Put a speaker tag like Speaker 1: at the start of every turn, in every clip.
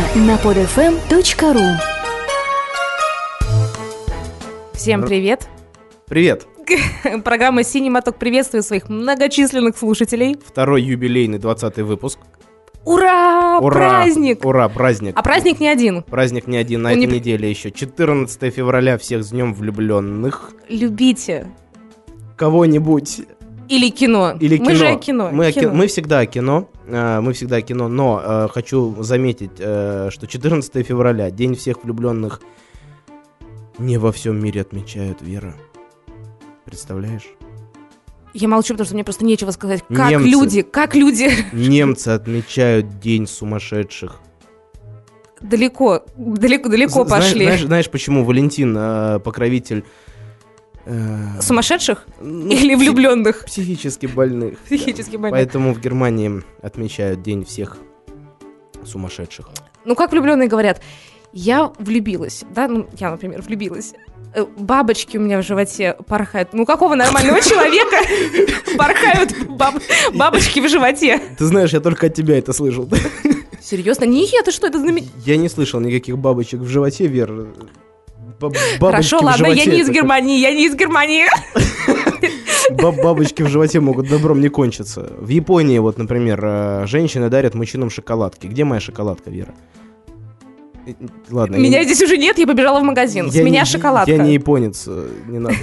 Speaker 1: на podfm.ru.
Speaker 2: Всем привет!
Speaker 3: Привет!
Speaker 2: Программа «Синематок» приветствует своих многочисленных слушателей.
Speaker 3: Второй юбилейный 20-й выпуск.
Speaker 2: Ура! Праздник!
Speaker 3: Ура, праздник!
Speaker 2: А праздник не один.
Speaker 3: Праздник не один, на этой неделе еще. 14 февраля, всех с днем влюбленных.
Speaker 2: Любите.
Speaker 3: Кого-нибудь.
Speaker 2: Или кино.
Speaker 3: Или кино.
Speaker 2: Мы же о кино.
Speaker 3: Мы всегда о кино. Но хочу заметить, что 14 февраля, День всех влюбленных, не во всем мире отмечают, Вера. Представляешь?
Speaker 2: Я молчу, потому что мне просто нечего сказать. Как
Speaker 3: Немцы.
Speaker 2: люди?
Speaker 3: Немцы отмечают День сумасшедших.
Speaker 2: Далеко пошли.
Speaker 3: Знаешь, почему Валентин покровитель...
Speaker 2: Сумасшедших? Или влюбленных?
Speaker 3: Психически больных.
Speaker 2: Психически больных.
Speaker 3: Поэтому в Германии отмечают День всех сумасшедших.
Speaker 2: Ну, как влюбленные говорят, я влюбилась, да? Ну, я, например, влюбилась. Бабочки у меня в животе порхают. Ну, какого нормального человека порхают бабочки в животе?
Speaker 3: Ты знаешь, я только от тебя это слышал.
Speaker 2: Серьезно? Это что? Это знаменитый?
Speaker 3: Я не слышал никаких бабочек в животе, Вер.
Speaker 2: Хорошо, ладно, я не из Германии.
Speaker 3: Бабочки в животе могут добром не кончиться. В Японии, вот, например, женщины дарят мужчинам шоколадки. Где моя шоколадка, Вера? Ладно.
Speaker 2: Меня здесь уже нет, я побежала в магазин. С меня шоколадка.
Speaker 3: Я не японец, не надо.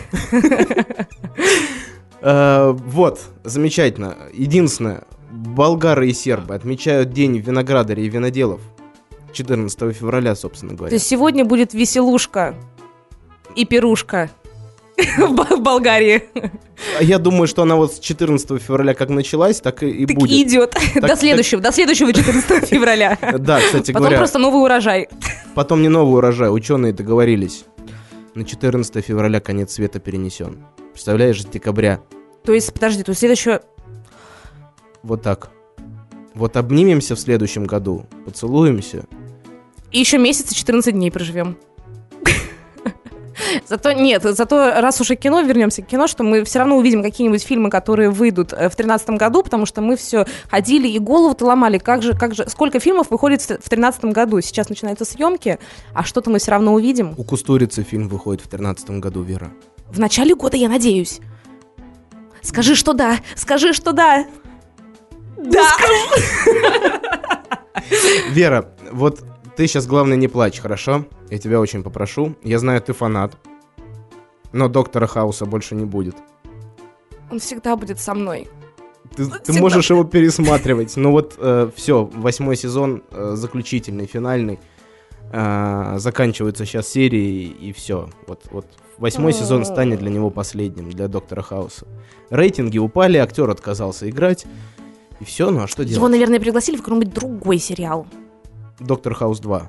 Speaker 3: Вот, замечательно. Единственное, болгары и сербы отмечают День виноградарей и виноделов. 14 февраля, собственно говоря.
Speaker 2: То есть сегодня будет веселушка и пирушка в Болгарии.
Speaker 3: Я думаю, что она вот с 14 февраля как началась, так и будет.
Speaker 2: Идет. До следующего 14 февраля.
Speaker 3: Да, кстати говоря.
Speaker 2: Потом просто новый урожай.
Speaker 3: Потом не новый урожай. Ученые договорились. На 14 февраля конец света перенесен. Представляешь, с декабря.
Speaker 2: То есть, подожди, то есть следующее...
Speaker 3: Вот так. Вот обнимемся в следующем году, поцелуемся.
Speaker 2: И еще месяц и 14 дней проживем. Зато раз уже кино, вернемся к кино, что мы все равно увидим какие-нибудь фильмы, которые выйдут в 2013 году, потому что мы все ходили и голову-то ломали, сколько фильмов выходит в 2013 году. Сейчас начинаются съемки, а что-то мы все равно увидим.
Speaker 3: У Кустурицы фильм выходит в 2013 году, Вера.
Speaker 2: В начале года, я надеюсь. Скажи, что да. Да.
Speaker 3: Вера, вот ты сейчас, главное, не плачь, хорошо? Я тебя очень попрошу. Я знаю, ты фанат. Но Доктора Хауса больше не будет.
Speaker 2: Он всегда будет со мной.
Speaker 3: Ты можешь его пересматривать. Ну вот, все, 8-й сезон, заключительный, финальный. Заканчиваются сейчас серии, и все. Вот 8-й сезон станет для него последним, для Доктора Хауса. Рейтинги упали, актер отказался играть. И все, ну а что делать?
Speaker 2: Его, наверное, пригласили в какой-нибудь другой сериал.
Speaker 3: Доктор Хаус 2.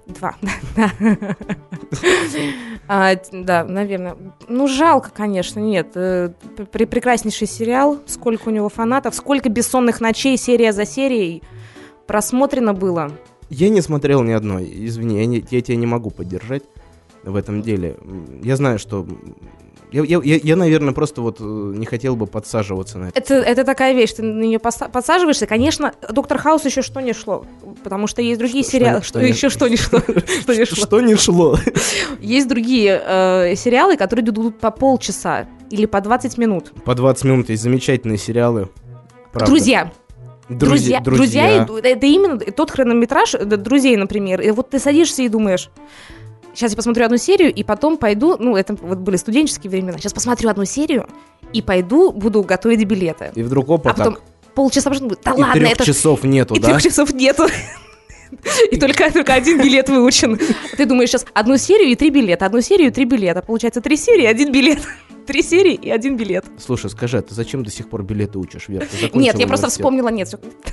Speaker 2: Да, наверное. Ну, жалко, конечно, нет. Прекраснейший сериал. Сколько у него фанатов, сколько бессонных ночей, серия за серией просмотрено было.
Speaker 3: Я не смотрел ни одной. Извини, я тебя не могу поддержать в этом деле. Я знаю, что... Я, наверное, просто вот не хотел бы подсаживаться на это.
Speaker 2: Это такая вещь, ты на нее подсаживаешься. Конечно, Доктор Хаус еще что не шло, потому что есть другие сериалы. Что не шло? Есть другие сериалы, которые идут по полчаса или по 20 минут.
Speaker 3: По 20 минут есть замечательные сериалы.
Speaker 2: Правда. Друзья, это именно тот хронометраж друзей, например. И вот ты садишься и думаешь... Сейчас я посмотрю одну серию, и потом пойду... Ну, это вот были студенческие времена. Сейчас посмотрю одну серию, и пойду, буду готовить билеты.
Speaker 3: И вдруг опа,
Speaker 2: а потом
Speaker 3: так.
Speaker 2: Полчаса прошло, да
Speaker 3: и
Speaker 2: ладно,
Speaker 3: 3 часов нету, да?
Speaker 2: 3 часов нету. И только один билет выучен. Ты думаешь, сейчас одну серию и 3 билета, одну серию и 3 билета. Получается 3 серии, 1 билет. 3 серии и 1 билет.
Speaker 3: Слушай, скажи, а ты зачем до сих пор билеты учишь, Вер?
Speaker 2: Нет, я просто вспомнила, нет.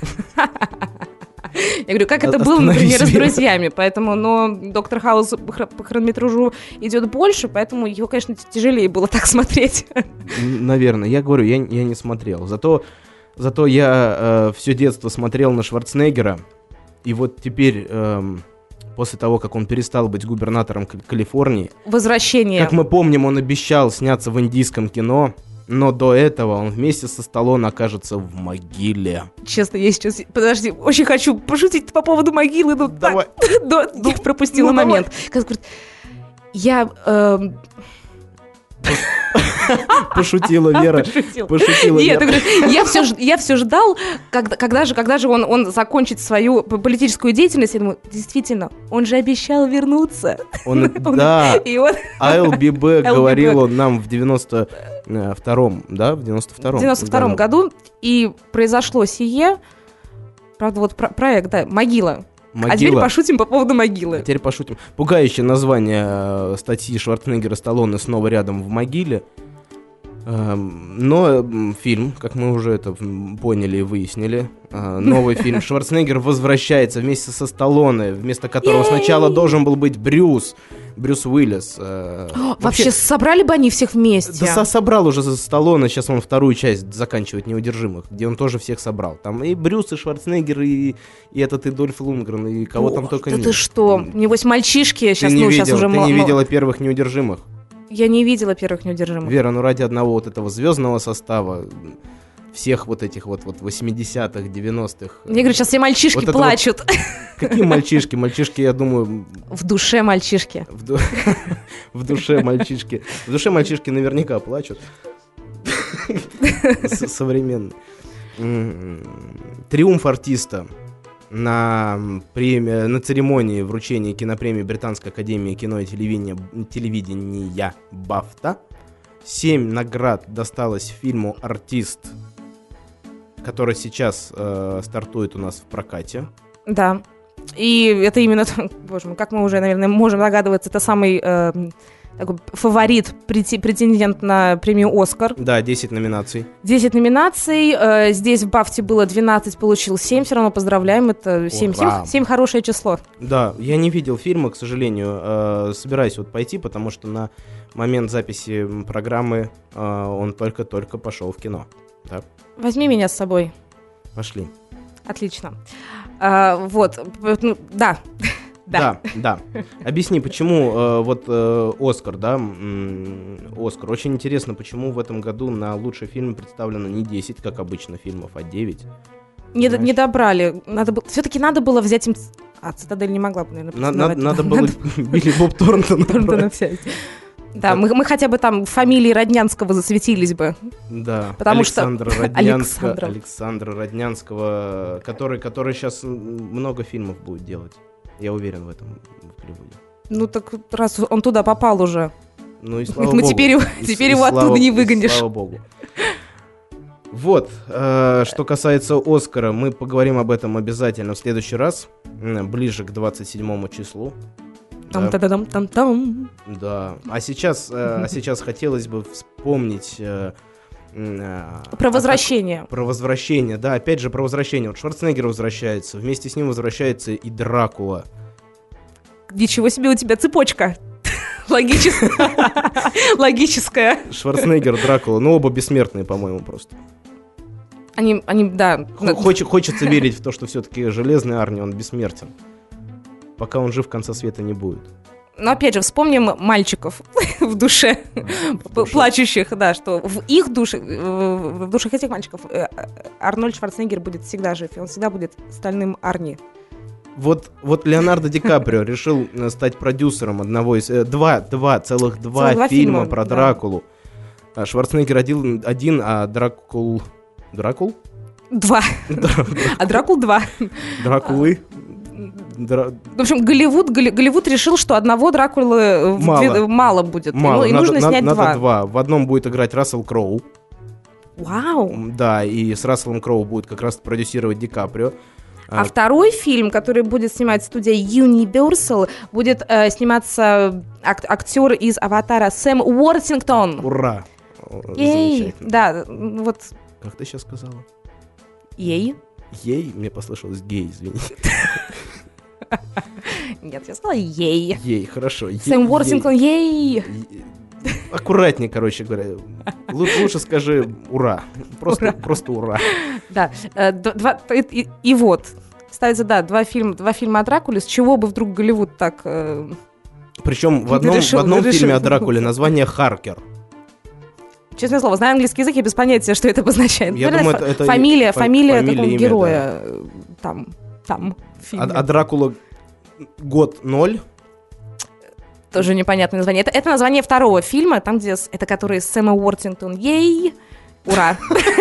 Speaker 2: Я говорю, как это было, например, с друзьями. Поэтому, но Доктор Хаус по хронометражу идет больше, поэтому его, конечно, тяжелее было так смотреть.
Speaker 3: Наверное. Я говорю, я не смотрел. Зато я все детство смотрел на Шварценеггера. И вот теперь, после того, как он перестал быть губернатором Калифорнии...
Speaker 2: Возвращение.
Speaker 3: Как мы помним, он обещал сняться в индийском кино. но до этого он вместе со Сталлоне окажется в могиле.
Speaker 2: Честно, я сейчас... Подожди, очень хочу пошутить по поводу могилы, но
Speaker 3: Давай.
Speaker 2: я пропустила момент. Как говорит, я...
Speaker 3: Пошутила Вера. Пошутила
Speaker 2: Нет,
Speaker 3: Вера.
Speaker 2: я все ждал, когда же он закончит свою политическую деятельность. Я думаю, действительно, он же обещал вернуться.
Speaker 3: Да,
Speaker 2: И он...
Speaker 3: I'll be back,
Speaker 2: I'll be
Speaker 3: говорил
Speaker 2: back.
Speaker 3: он нам в 92-м, да? В 92-м.
Speaker 2: В 92-м году, и произошло сие. Правда, вот проект, да, «Могила». А теперь пошутим по поводу могилы.
Speaker 3: Теперь пошутим. Пугающее название статьи Шварценеггера «Сталлоне снова рядом в могиле». Но фильм, как мы уже это поняли и выяснили, новый фильм. Шварценеггер возвращается вместе со Сталлоне, вместо которого сначала должен был быть Брюс Уиллис.
Speaker 2: Вообще, собрали бы они всех вместе?
Speaker 3: Да, собрал уже Сталлоне, сейчас он вторую часть заканчивает «Неудержимых», где он тоже всех собрал. Там и Брюс, и Шварценеггер, и этот, и Дольф Лундгрен, и кого там только нет.
Speaker 2: Да ты что? Небось, мальчишки сейчас,
Speaker 3: Ты
Speaker 2: уже...
Speaker 3: не видела первых «Неудержимых»?
Speaker 2: Я не видела первых «Неудержимых».
Speaker 3: Вера, ну ради одного вот этого звездного состава, всех вот этих вот 80-х, 90-х...
Speaker 2: Мне говорят, сейчас все мальчишки
Speaker 3: вот
Speaker 2: плачут.
Speaker 3: Какие мальчишки? Мальчишки, я думаю...
Speaker 2: В душе мальчишки.
Speaker 3: В душе мальчишки. В душе мальчишки наверняка плачут. Современно. Триумф артиста на церемонии вручения кинопремии Британской академии кино и телевидения «Бафта». 7 наград досталось фильму «Артист», который сейчас стартует у нас в прокате.
Speaker 2: Да. И это именно, боже мой, как мы уже, наверное, можем догадываться, это самый такой фаворит, претендент на премию «Оскар».
Speaker 3: Да, 10 номинаций. 10
Speaker 2: номинаций. Здесь в «Бафте» было 12, получил 7. Все равно поздравляем, это 7 хорошее число.
Speaker 3: Да, я не видел фильма, к сожалению. Собираюсь вот пойти, потому что на момент записи программы он только-только пошел в кино. Так?
Speaker 2: Возьми меня с собой.
Speaker 3: Пошли.
Speaker 2: Отлично. Вот, да.
Speaker 3: Да. Объясни, почему Оскар, да, Оскар. Очень интересно, почему в этом году на лучший фильм представлено не 10, как обычно, фильмов, а 9.
Speaker 2: Не добрали. Все-таки надо было взять им... «Цитадель» не могла бы, наверное,
Speaker 3: надо было Билли Боб Торнтона
Speaker 2: взять. Да, мы хотя бы там фамилии Роднянского засветились бы.
Speaker 3: Да,
Speaker 2: потому
Speaker 3: Александра Роднянского, который сейчас много фильмов будет делать. Я уверен в этом, в Голливуде.
Speaker 2: Ну так раз он туда попал уже.
Speaker 3: Ну и слава богу.
Speaker 2: Теперь его оттуда не выгонишь.
Speaker 3: Слава богу. Вот, что касается «Оскара», мы поговорим об этом обязательно в следующий раз, ближе к 27 числу.
Speaker 2: Там-та-да-дам-там-там.
Speaker 3: Да, а сейчас хотелось бы вспомнить...
Speaker 2: Про возвращение.
Speaker 3: Про возвращение, да, опять же про возвращение. Вот Шварценеггер возвращается, вместе с ним возвращается и Дракула.
Speaker 2: Ничего себе у тебя цепочка. Логическая.
Speaker 3: Шварценеггер, Дракула, ну оба бессмертные, по-моему, просто.
Speaker 2: Они, да.
Speaker 3: Хочется верить в то, что все-таки Железный Арни, он бессмертен. Пока он жив, конца света не будет.
Speaker 2: Но опять же, вспомним мальчиков в душе, плачущих, да, что в их душе, в душах этих мальчиков Арнольд Шварценеггер будет всегда жив, и он всегда будет стальным Арни.
Speaker 3: Вот Леонардо Ди Каприо решил стать продюсером одного из... Два фильма про Дракулу. Да. Шварценеггер один, а Дракул... Дракул?
Speaker 2: 2. А Дракул 2.
Speaker 3: Дракулы?
Speaker 2: В общем, Голливуд решил, что одного Дракулы мало будет.
Speaker 3: Мало,
Speaker 2: и нужно снять
Speaker 3: надо два. В одном будет играть Рассел Кроу.
Speaker 2: Вау!
Speaker 3: Да, и с Расселом Кроу будет как раз продюсировать Ди Каприо.
Speaker 2: А второй фильм, который будет снимать студия Universal, будет сниматься актер из «Аватара» Сэм Уортингтон.
Speaker 3: Ура!
Speaker 2: Ей! Да, вот...
Speaker 3: Как ты сейчас сказала?
Speaker 2: Ей?
Speaker 3: Ей? Мне послышалось гей, извини.
Speaker 2: Нет, я сказала ей.
Speaker 3: Ей, хорошо.
Speaker 2: Сэм Уортингтон, ей!
Speaker 3: Аккуратнее, короче говоря. Лучше скажи «ура». Просто «ура».
Speaker 2: Да. И вот. Ставится, да, два фильма о Дракуле. С чего бы вдруг Голливуд так...
Speaker 3: Причем в одном фильме о Дракуле название «Харкер».
Speaker 2: Честное слово, знаю английский язык, я без понятия, что это обозначает.
Speaker 3: Я думаю, это
Speaker 2: фамилия какого-то
Speaker 3: имя,
Speaker 2: героя там в фильме.
Speaker 3: А Дракула год 0?
Speaker 2: Тоже непонятное название. Это название второго фильма, там, где это который Сэма Уортингтон. Ей! Ура!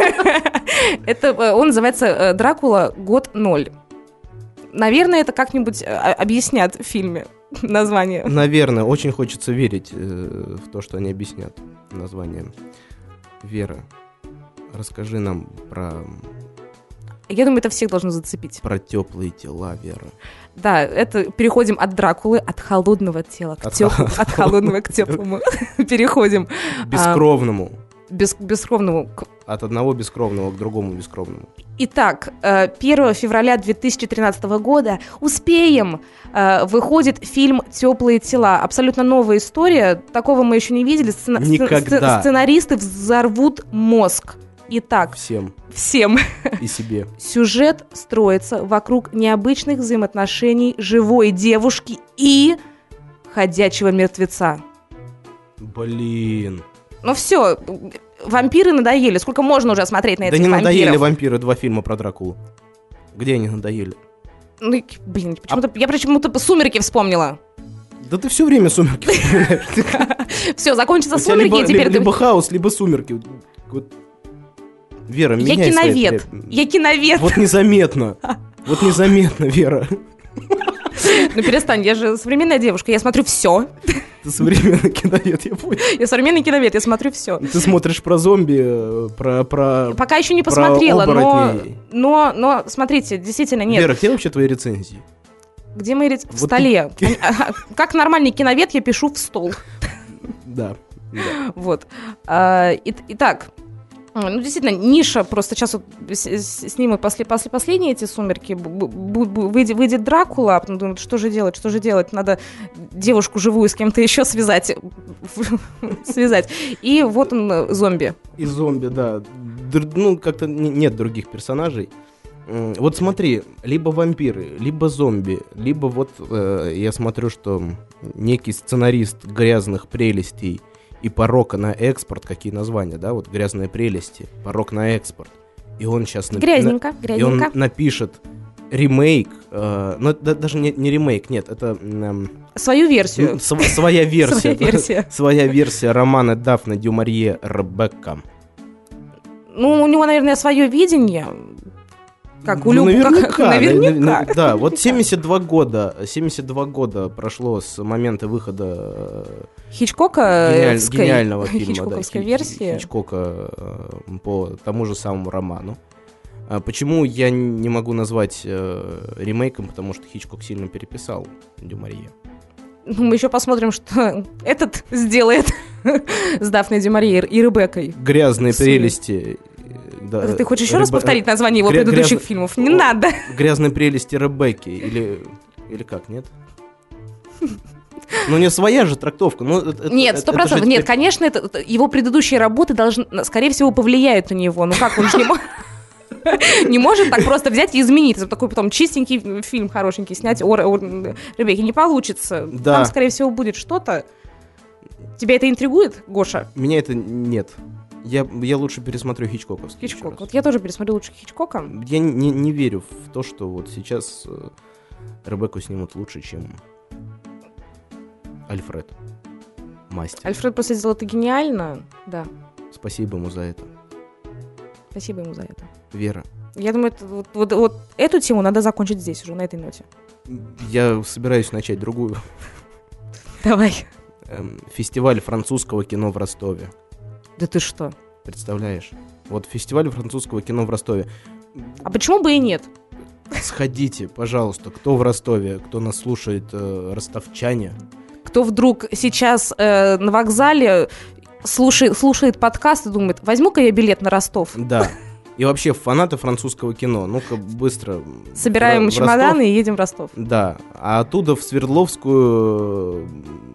Speaker 2: Он называется «Дракула. Год 0». Наверное, это как-нибудь объяснят в фильме название.
Speaker 3: Наверное, очень хочется верить в то, что они объяснят название. Вера, расскажи нам про...
Speaker 2: Я думаю, это всех должно зацепить.
Speaker 3: Про теплые тела, Вера.
Speaker 2: Да, это переходим от Дракулы, от холодного тела к теплому. От холодного к теплому. Переходим.
Speaker 3: Бескровному.
Speaker 2: Бескровному.
Speaker 3: От одного бескровного к другому бескровному.
Speaker 2: Итак, 1 февраля 2013 года выходит фильм «Теплые тела». Абсолютно новая история. Такого мы еще не видели.
Speaker 3: Никогда.
Speaker 2: Сценаристы взорвут мозг. Итак, всем
Speaker 3: и себе.
Speaker 2: Сюжет строится вокруг необычных взаимоотношений живой девушки и ходячего мертвеца.
Speaker 3: Блин.
Speaker 2: Ну все, вампиры надоели. Сколько можно уже смотреть на этих вампиров?
Speaker 3: Да не надоели вампиры, 2 фильма про Дракулу. Где они надоели?
Speaker 2: Ну, блин, я почему-то «Сумерки» вспомнила.
Speaker 3: Да ты все время «Сумерки» вспоминаешь.
Speaker 2: Все, закончатся «Сумерки», и теперь...
Speaker 3: Либо «Хаос», либо «Сумерки». Вера, меняй
Speaker 2: киновед. Я киновед.
Speaker 3: Вот незаметно, Вера.
Speaker 2: Ну перестань, я же современная девушка, я смотрю все.
Speaker 3: Ты современный киновед, я понял.
Speaker 2: Я современный киновед, я смотрю все.
Speaker 3: Ты смотришь про зомби, про
Speaker 2: пока еще не посмотрела, но смотрите, действительно нет.
Speaker 3: Вера, где вообще твои рецензии?
Speaker 2: Где мои рецензии? В столе. Как нормальный киновед я пишу в стол.
Speaker 3: Да.
Speaker 2: Вот. Итак, ну, действительно, ниша, просто сейчас вот снимут последние эти «Сумерки», выйдет Дракула, а потом думают, что же делать, надо девушку живую с кем-то еще связать, и вот он, зомби.
Speaker 3: И зомби, да, ну, как-то нет других персонажей. Вот смотри, либо вампиры, либо зомби, либо вот я смотрю, что некий сценарист «Грязных прелестей» и «Порока на экспорт», какие названия, да, вот «Грязные прелести», «Порок на экспорт». И он сейчас...
Speaker 2: Грязненько.
Speaker 3: И он напишет ремейк, ну, даже не ремейк, нет, это...
Speaker 2: Свою версию.
Speaker 3: Своя версия. Своя версия романа Дафны Дюмарье «Ребекка».
Speaker 2: Ну, у него, наверное, свое видение... Как у
Speaker 3: наверняка. Да, вот 72 года прошло с момента выхода гениального фильма,
Speaker 2: Хичкоковской версии.
Speaker 3: Хичкока по тому же самому роману. Почему я не могу назвать ремейком? Потому что Хичкок сильно переписал Дюмарье.
Speaker 2: Мы еще посмотрим, что этот сделает с Дафной Дюмарье и Ребеккой.
Speaker 3: «Грязные прелести». Да,
Speaker 2: ты хочешь еще раз повторить название его предыдущих фильмов? Не надо.
Speaker 3: «Грязные прелести Ребекки». Или как, нет? Ну, не своя же трактовка.
Speaker 2: Нет, 100%. Нет, конечно, его предыдущие работы должны, скорее всего, повлияют на него. Ну как, он же не может так просто взять и изменить. Такой потом чистенький фильм хорошенький снять о Ребекке. Не получится. Там, скорее всего, будет что-то. Тебя это интригует, Гоша?
Speaker 3: Меня это нет. Я лучше пересмотрю Хичкоковский.
Speaker 2: Хичкок. Вот я тоже пересмотрю лучше Хичкока.
Speaker 3: Я не верю в то, что вот сейчас Ребекку снимут лучше, чем Альфред. Мастер.
Speaker 2: Альфред просто сделал это гениально, да.
Speaker 3: Спасибо ему за это.
Speaker 2: Спасибо ему за это.
Speaker 3: Вера.
Speaker 2: Я думаю, вот эту тему надо закончить здесь уже, на этой ноте.
Speaker 3: Я собираюсь начать другую.
Speaker 2: Давай.
Speaker 3: Фестиваль французского кино в Ростове.
Speaker 2: Да ты что?
Speaker 3: Представляешь? Вот фестиваль французского кино в Ростове.
Speaker 2: А почему бы и нет?
Speaker 3: Сходите, пожалуйста, кто в Ростове, кто нас слушает, ростовчане.
Speaker 2: Кто вдруг сейчас на вокзале слушает подкаст и думает, возьму-ка я билет на Ростов.
Speaker 3: Да. И вообще фанаты французского кино, ну-ка быстро.
Speaker 2: Собираем чемоданы и едем в Ростов.
Speaker 3: Да. А оттуда в Свердловскую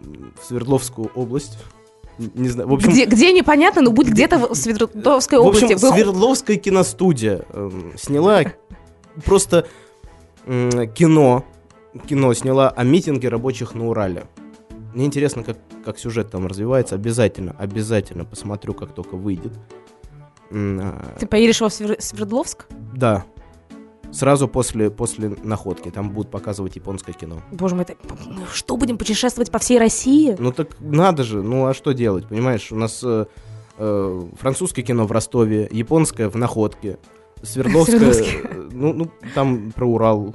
Speaker 3: область. Не знаю, в общем,
Speaker 2: где непонятно, но будет где-то в Свердловской области.
Speaker 3: В общем, Свердловская киностудия сняла просто кино сняла о митинге рабочих на Урале. Мне интересно, как сюжет там развивается. Обязательно посмотрю, как только выйдет.
Speaker 2: Ты поедешь в Свердловск?
Speaker 3: Да. Сразу после находки. Там будут показывать японское кино.
Speaker 2: Боже мой, мы что, будем путешествовать по всей России?
Speaker 3: Ну так надо же. Ну а что делать, понимаешь? У нас французское кино в Ростове, японское в Находке, Свердловское, ну там про Урал.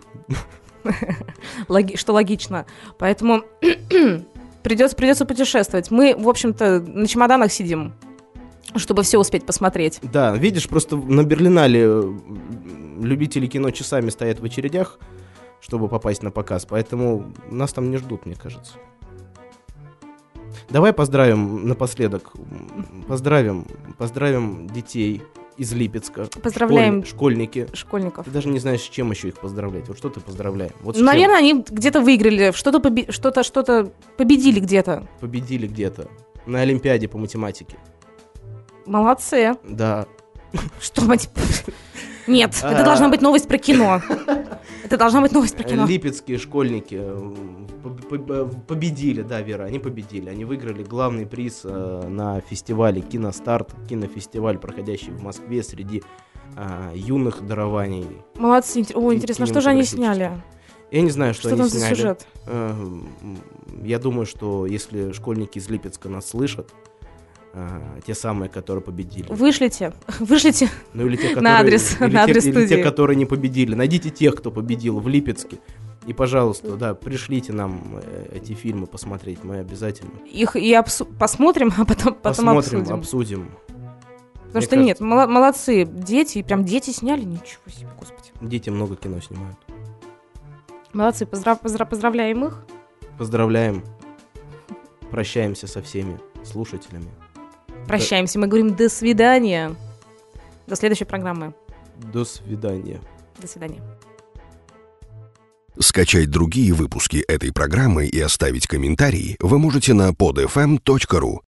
Speaker 2: Что логично. Поэтому придется путешествовать. Мы, в общем-то, на чемоданах сидим, чтобы все успеть посмотреть.
Speaker 3: Да, видишь, просто на Берлинале любители кино часами стоят в очередях, чтобы попасть на показ, поэтому нас там не ждут, мне кажется. Давай поздравим напоследок. Поздравим детей из Липецка.
Speaker 2: Поздравляем
Speaker 3: школьников. Ты даже не знаешь, с чем еще их поздравлять. Вот что ты поздравляем? Вот
Speaker 2: наверное, они где-то выиграли, что-то победили где-то.
Speaker 3: Победили где-то. На Олимпиаде по математике.
Speaker 2: Молодцы.
Speaker 3: Да.
Speaker 2: Что, нет, это должна быть новость про кино. Это должна быть новость про кино.
Speaker 3: Липецкие школьники победили, да, Вера, они победили. Они выиграли главный приз на фестивале «Киностарт», кинофестиваль, проходящий в Москве среди юных дарований.
Speaker 2: Молодцы. О, интересно, что же они сняли?
Speaker 3: Я не знаю, что они
Speaker 2: там
Speaker 3: сняли.
Speaker 2: За сюжет?
Speaker 3: Я думаю, что если школьники из Липецка нас слышат, те самые, которые победили.
Speaker 2: Вышлите
Speaker 3: ну, или те, которые,
Speaker 2: на адрес студии.
Speaker 3: Или те, которые не победили. Найдите тех, кто победил в Липецке. И, пожалуйста, да, пришлите нам эти фильмы посмотреть. Мы обязательно
Speaker 2: их и посмотрим, а потом
Speaker 3: обсудим.
Speaker 2: Потому что нет, молодцы. Дети, прям дети сняли. Ничего себе, господи.
Speaker 3: Дети много кино снимают.
Speaker 2: Молодцы, поздравляем их.
Speaker 3: Поздравляем. Прощаемся со всеми слушателями.
Speaker 2: Прощаемся, мы говорим до свидания. До следующей программы.
Speaker 3: До свидания.
Speaker 2: До свидания.
Speaker 4: Скачать другие выпуски этой программы и оставить комментарии вы можете на podfm.ru.